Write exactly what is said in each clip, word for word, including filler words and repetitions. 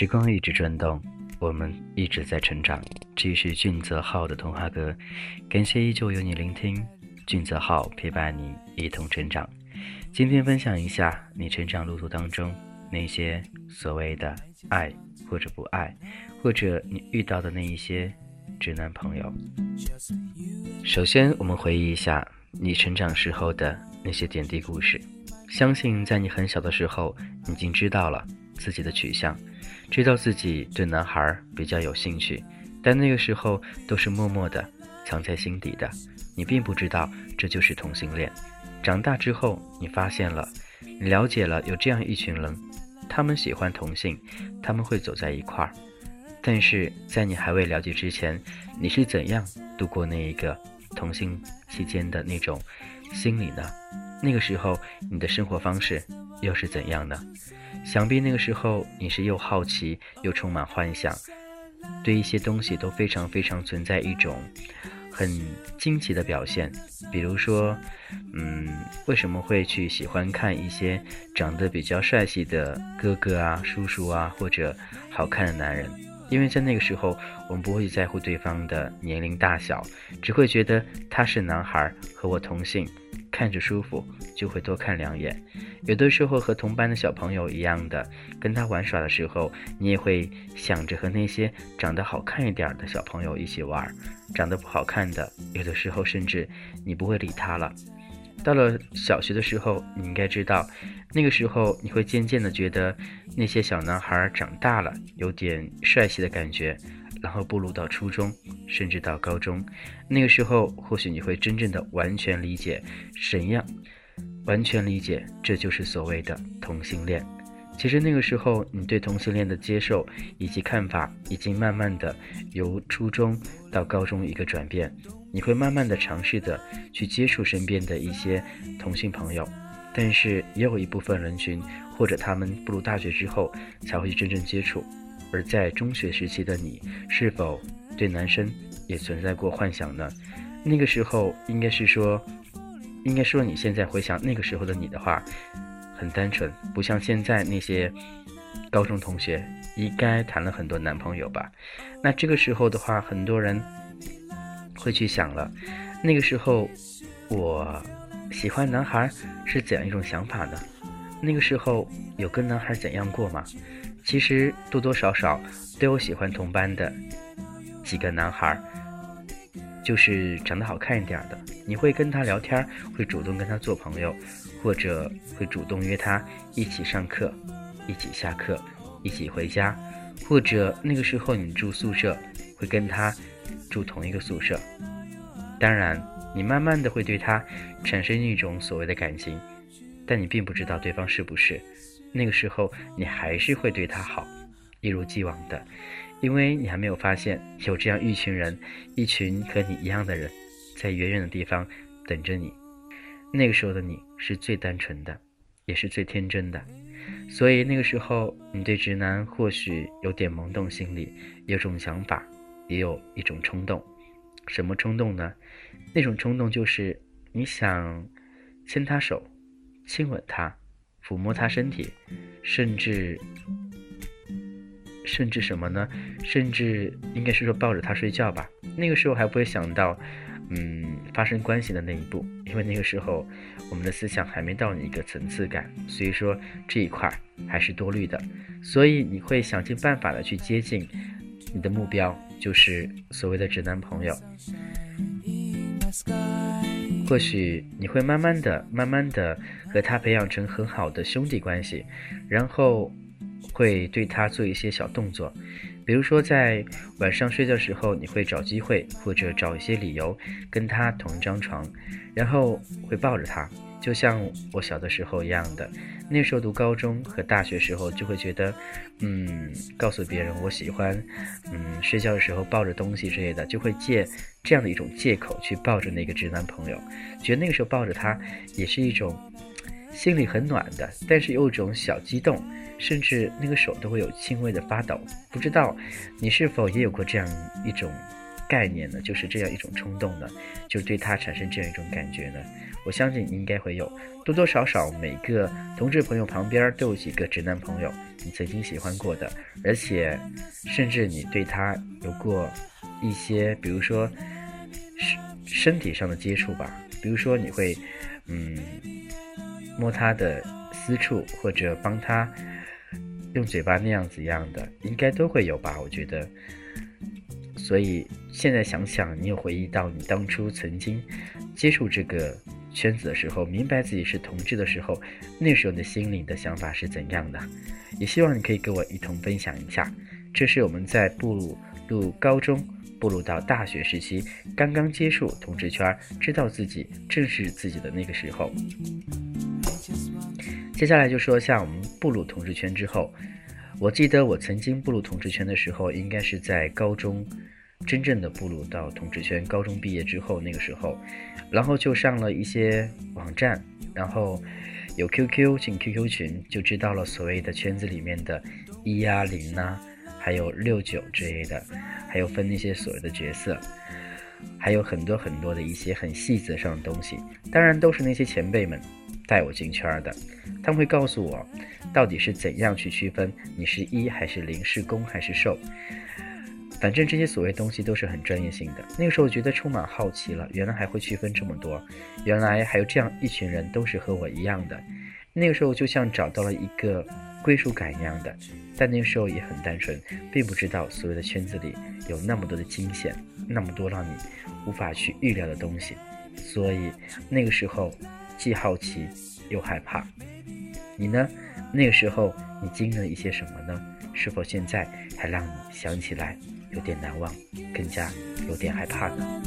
时光一直转动，我们一直在成长。这里是俊泽浩的童话歌，感谢依旧有你聆听，俊泽浩陪伴你一同成长。今天分享一下你成长路途当中那些所谓的爱或者不爱，或者你遇到的那一些直男朋友。首先我们回忆一下你成长时候的那些点滴故事，相信在你很小的时候你已经知道了自己的取向，知道自己对男孩比较有兴趣，但那个时候都是默默的藏在心底的，你并不知道这就是同性恋。长大之后你发现了，你了解了有这样一群人，他们喜欢同性，他们会走在一块儿。但是在你还未了解之前，你是怎样度过那一个同性期间的那种心理呢？那个时候你的生活方式又是怎样呢？想必那个时候你是又好奇又充满幻想，对一些东西都非常非常存在一种很惊奇的表现。比如说嗯，为什么会去喜欢看一些长得比较帅气的哥哥啊、叔叔啊，或者好看的男人？因为在那个时候我们不会在乎对方的年龄大小，只会觉得他是男孩和我同性，看着舒服就会多看两眼。有的时候和同班的小朋友一样的，跟他玩耍的时候，你也会想着和那些长得好看一点的小朋友一起玩，长得不好看的，有的时候甚至你不会理他了。到了小学的时候，你应该知道，那个时候你会渐渐的觉得那些小男孩长大了，有点帅气的感觉，然后步入到初中，甚至到高中。那个时候或许你会真正的完全理解怎样完全理解这就是所谓的同性恋。其实那个时候你对同性恋的接受以及看法已经慢慢的由初中到高中一个转变，你会慢慢的尝试的去接触身边的一些同性朋友，但是也有一部分人群或者他们步入大学之后才会去真正接触。而在中学时期的你，是否对男生也存在过幻想呢？那个时候应该是说应该说你现在回想那个时候的你的话，很单纯，不像现在那些高中同学应该谈了很多男朋友吧。那这个时候的话，很多人会去想了，那个时候我喜欢男孩是怎样一种想法呢？那个时候有跟男孩怎样过吗？其实多多少少都有喜欢同班的几个男孩，就是长得好看一点的，你会跟他聊天，会主动跟他做朋友，或者会主动约他一起上课，一起下课，一起回家，或者那个时候你住宿舍，会跟他住同一个宿舍。当然你慢慢的会对他产生一种所谓的感情，但你并不知道对方是不是，那个时候你还是会对他好，一如既往的，因为你还没有发现有这样一群人，一群和你一样的人在远远的地方等着你。那个时候的你是最单纯的，也是最天真的，所以那个时候你对直男或许有点萌动心理，有种想法，也有一种冲动。什么冲动呢？那种冲动就是你想牵他手，亲吻他，抚摸他身体，甚至甚至什么呢？甚至应该是说抱着他睡觉吧。那个时候还不会想到嗯，发生关系的那一步，因为那个时候我们的思想还没到一个层次感，所以说这一块还是多虑的。所以你会想尽办法的去接近你的目标，就是所谓的直男朋友。或许你会慢慢的慢慢的和他培养成很好的兄弟关系，然后会对他做一些小动作，比如说在晚上睡觉的时候，你会找机会或者找一些理由跟他同一张床，然后会抱着他，就像我小的时候一样的。那时候读高中和大学时候就会觉得嗯，告诉别人我喜欢嗯睡觉的时候抱着东西之类的，就会借这样的一种借口去抱着那个直男朋友，觉得那个时候抱着他也是一种心里很暖的，但是有一种小激动，甚至那个手都会有轻微的发抖。不知道你是否也有过这样一种概念呢，就是这样一种冲动呢，就对他产生这样一种感觉呢？我相信应该会有，多多少少每个同志朋友旁边都有几个直男朋友你曾经喜欢过的，而且甚至你对他有过一些比如说身体上的接触吧，比如说你会嗯摸他的私处，或者帮他用嘴巴那样子一样的，应该都会有吧，我觉得。所以现在想想，你有回忆到你当初曾经接触这个圈子的时候，明白自己是同志的时候，那时候你的心里的想法是怎样的？也希望你可以跟我一同分享一下。这是我们在步入高中步入到大学时期，刚刚接触同志圈，知道自己正视自己的那个时候。接下来就说一下我们步入同志圈之后，我记得我曾经步入同志圈的时候，应该是在高中真正的步入到同志圈，高中毕业之后那个时候，然后就上了一些网站，然后有 Q Q 进 Q Q 群，就知道了所谓的圈子里面的一啊零啊，还有六九之类的，还有分那些所谓的角色，还有很多很多的一些很细则上的东西，当然都是那些前辈们带我进圈的，他们会告诉我到底是怎样去区分你是一还是零，是攻还是受。反正这些所谓东西都是很专业性的。那个时候我觉得充满好奇了，原来还会区分这么多，原来还有这样一群人都是和我一样的。那个时候就像找到了一个归属感一样的，但那个时候也很单纯，并不知道所谓的圈子里有那么多的惊险，那么多让你无法去预料的东西，所以那个时候既好奇又害怕。你呢？那个时候你经历了一些什么呢？是否现在还让你想起来有点难忘，更加有点害怕呢？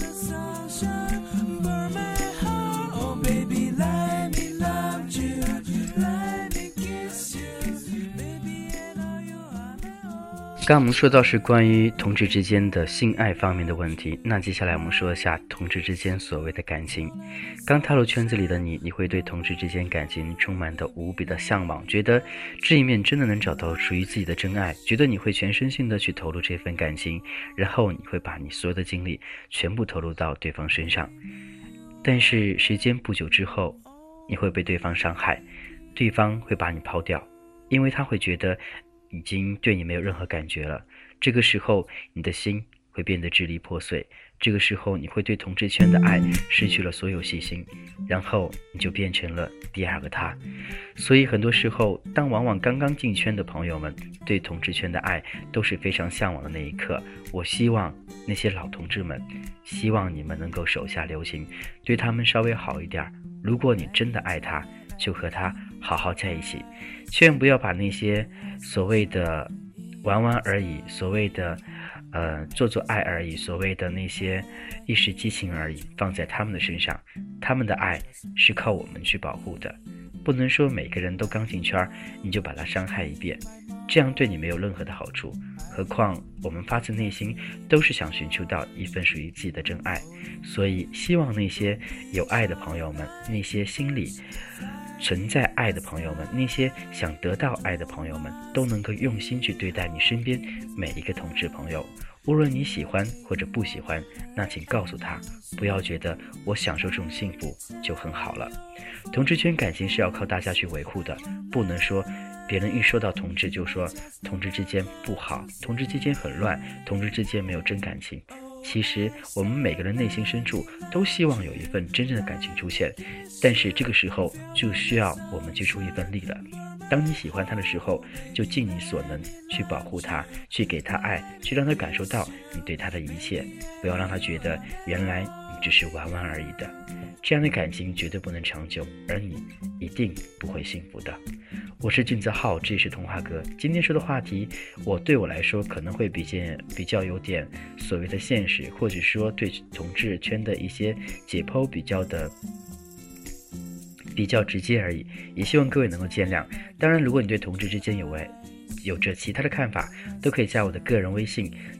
刚刚我们说到是关于同志之间的性爱方面的问题，那接下来我们说一下同志之间所谓的感情。刚踏入圈子里的你，你会对同志之间感情充满的无比的向往，觉得这一面真的能找到属于自己的真爱，觉得你会全身心的去投入这份感情，然后你会把你所有的精力全部投入到对方身上。但是时间不久之后，你会被对方伤害，对方会把你抛掉，因为他会觉得已经对你没有任何感觉了。这个时候你的心会变得支离破碎，这个时候你会对同志圈的爱失去了所有细心，然后你就变成了第二个他。所以很多时候，当往往刚刚进圈的朋友们对同志圈的爱都是非常向往的那一刻，我希望那些老同志们，希望你们能够手下留情，对他们稍微好一点。如果你真的爱他，就和他好好在一起，千万不要把那些所谓的玩玩而已，所谓的呃做做爱而已，所谓的那些一时激情而已放在他们的身上。他们的爱是靠我们去保护的，不能说每个人都刚进圈你就把他伤害一遍，这样对你没有任何的好处。何况我们发自内心都是想寻求到一份属于自己的真爱，所以希望那些有爱的朋友们，那些心里存在爱的朋友们，那些想得到爱的朋友们，都能够用心去对待你身边每一个同志朋友。无论你喜欢或者不喜欢，那请告诉他，不要觉得我享受这种幸福就很好了。同志圈感情是要靠大家去维护的，不能说别人一说到同志就说同志之间不好，同志之间很乱，同志之间没有真感情。其实我们每个人内心深处都希望有一份真正的感情出现，但是这个时候就需要我们去出一份力了。当你喜欢他的时候，就尽你所能去保护他，去给他爱，去让他感受到你对他的一切，不要让他觉得原来你只是玩玩而已的。这样的感情绝对不能长久，而你一定不会幸福的。我是俊泽浩，这是童话哥。今天说的话题，我对我来说可能会比较比较有点所谓的现实，或者说对同志圈的一些解剖比较的比较直接而已，也希望各位能够见谅。当然，如果你对同志之间有为有着其他的看法，都可以加我的个人微信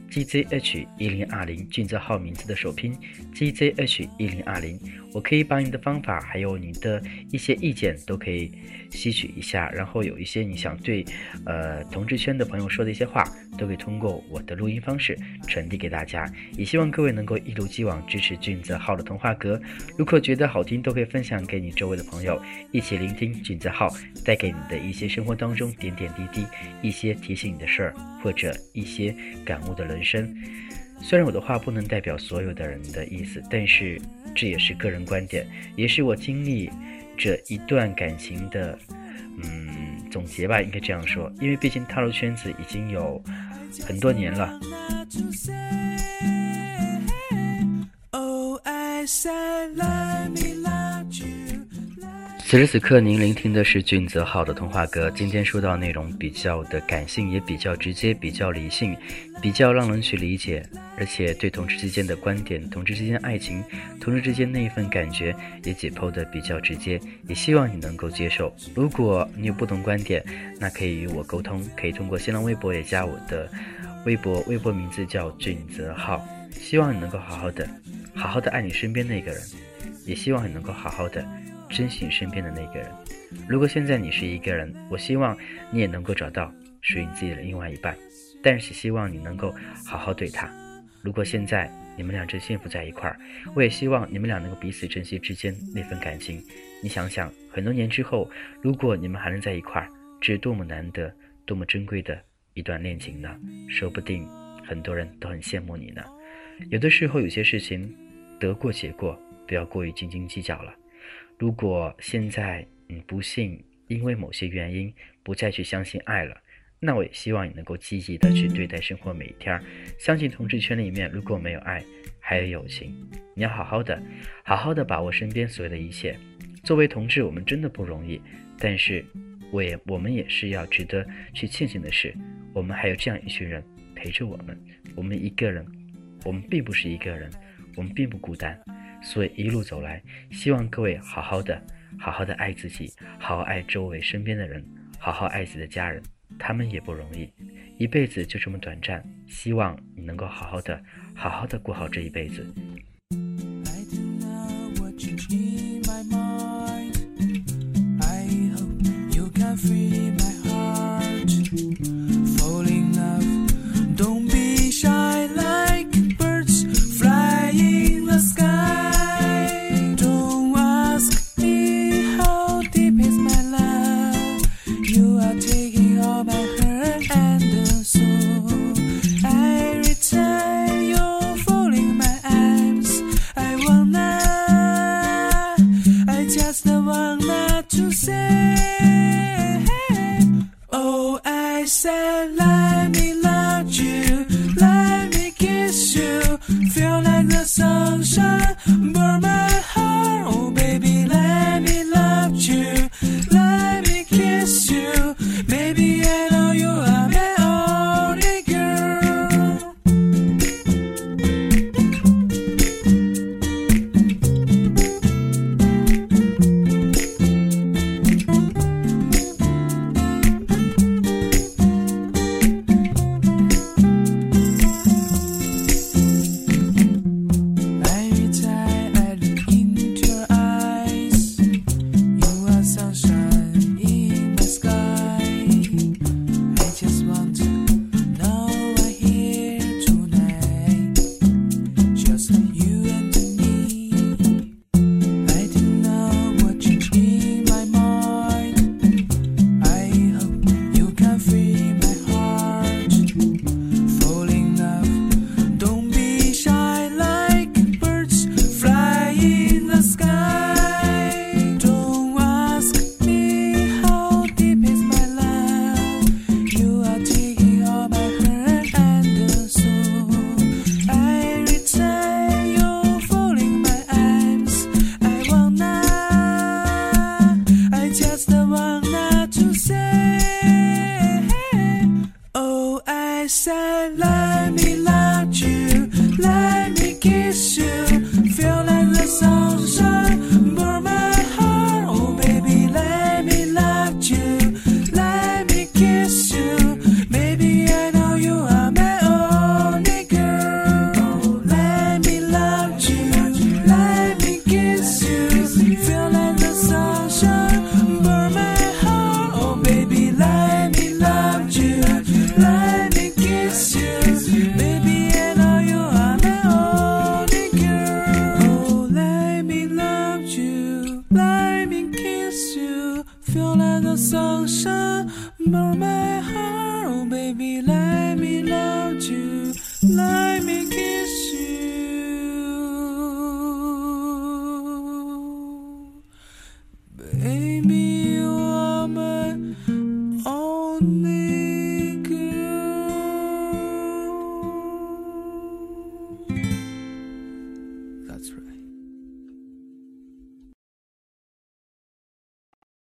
G Z H 一零二零 俊泽浩名字的首拼 G Z H 一零二零， 我可以把你的方法还有你的一些意见都可以吸取一下，然后有一些你想对呃同志圈的朋友说的一些话，都可以通过我的录音方式传递给大家。也希望各位能够一如既往支持俊泽浩的童话阁，如果觉得好听都可以分享给你周围的朋友，一起聆听俊泽浩带给你的一些生活当中点点滴滴，一些提醒你的事儿，或者一些感悟的人生。虽然我的话不能代表所有的人的意思，但是这也是个人观点，也是我经历这一段感情的嗯总结吧，应该这样说。因为毕竟踏入圈子已经有很多年了。此时此刻您聆听的是俊泽浩的童话阁，今天说到内容比较的感性，也比较直接，比较理性，比较让人去理解，而且对同志之间的观点，同志之间的爱情，同志之间那一份感觉也解剖的比较直接，也希望你能够接受。如果你有不同观点，那可以与我沟通，可以通过新浪微博也加我的微博，微博名字叫俊泽浩。希望你能够好好的好好的爱你身边那个人，也希望你能够好好的珍惜你身边的那个人。如果现在你是一个人，我希望你也能够找到属于你自己的另外一半，但是希望你能够好好对他。如果现在你们俩真幸福在一块儿，我也希望你们俩能够彼此珍惜之间那份感情。你想想，很多年之后，如果你们还能在一块儿，这是多么难得多么珍贵的一段恋情呢？说不定很多人都很羡慕你呢。有的时候有些事情得过且过，不要过于斤斤计较了。如果现在你不幸因为某些原因不再去相信爱了，那我也希望你能够积极的去对待生活每一天，相信同志圈里面如果没有爱还有友情。你要好好的好好的把握身边所有的一切。作为同志我们真的不容易，但是我也我们也是要值得去庆幸的是，我们还有这样一群人陪着我们。我们一个人我们并不是一个人，我们并不孤单。所以一路走来，希望各位好好的好好的爱自己，好好爱周围身边的人，好好爱自己的家人，他们也不容易，一辈子就这么短暂，希望你能够好好的好好的过好这一辈子。 burn my heart, oh baby, let me love you.